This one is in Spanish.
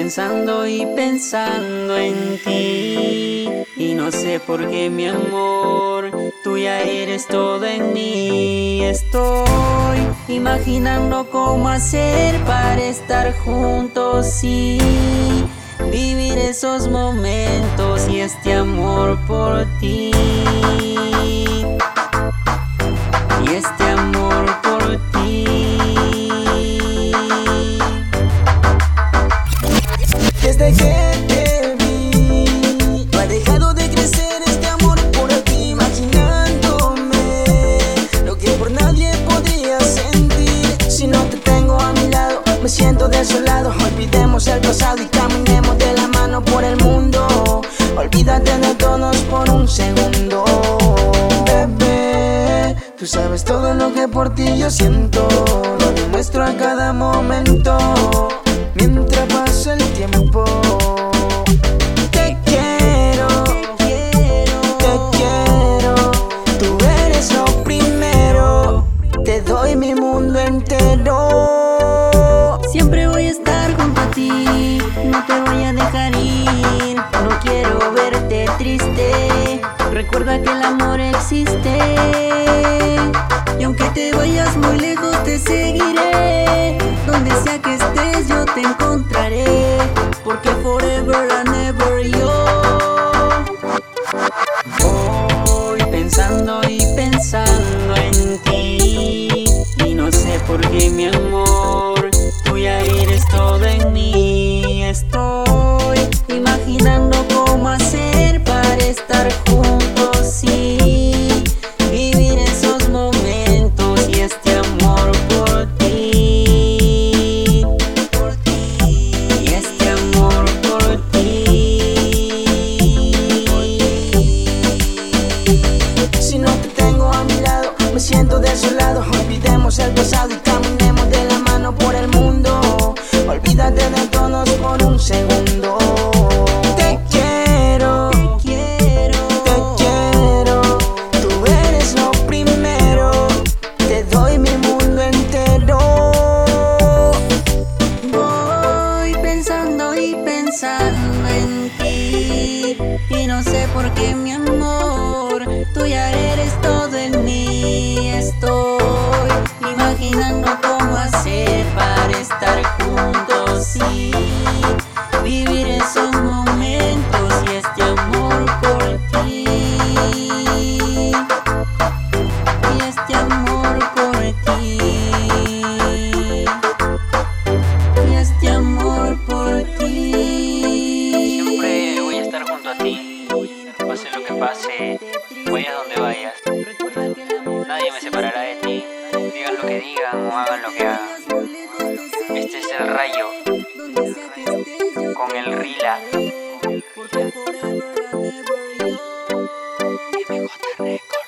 pensando y pensando en ti. Y no sé por qué, mi amor, tú ya eres todo en mí. Estoy imaginando cómo hacer para estar juntos y vivir esos momentos y este amor por ti. Y este amor por ti. Desde que te vi, no ha dejado de crecer este amor por ti, imaginándome lo que por nadie podría sentir. Si no te tengo a mi lado, me siento desolado. Olvidemos el pasado y caminemos de la mano por el mundo. Olvídate de todos por un segundo. Bebé, tú sabes todo lo que por ti yo siento. Lo demuestro a cada momento. Mientras pasa el tiempo, te quiero, tú eres lo primero, te doy mi mundo entero. Siempre voy a estar junto a ti, no te voy a dejar ir, no quiero verte triste, recuerda que el amor existe. Y aunque te vayas muy lejos te seguiré, donde sea que estés yo te encontraré, porque forever and ever yo voy pensando y pensando en ti. Y no sé por qué, mi amor, tú ya eres todo en mí. Estoy imaginando cómo hacer para estar juntos y vivir esos momentos y este amor por ti. Y este amor por ti. Si no te tengo a mi lado, me siento desolado. Olvidemos el pasado y caminemos de la mano por el mundo. Olvídate de todos por un segundo. Te quiero, tú eres lo primero, te doy mi mundo entero. Voy pensando y pensando en ti. Y no sé por qué, mi amor, tú ya eres todo en mí. Estoy imaginando cómo hacer para estar juntos y vivir esos momentos y este amor por ti. Y este amor por ti. Y este amor por ti. Siempre voy a estar junto a ti, pase lo que pase, vayas donde vayas. Nadie me separará de ti, digan lo que digan o hagan lo que hagan. Este es el rayo con el Rila. MJ Records.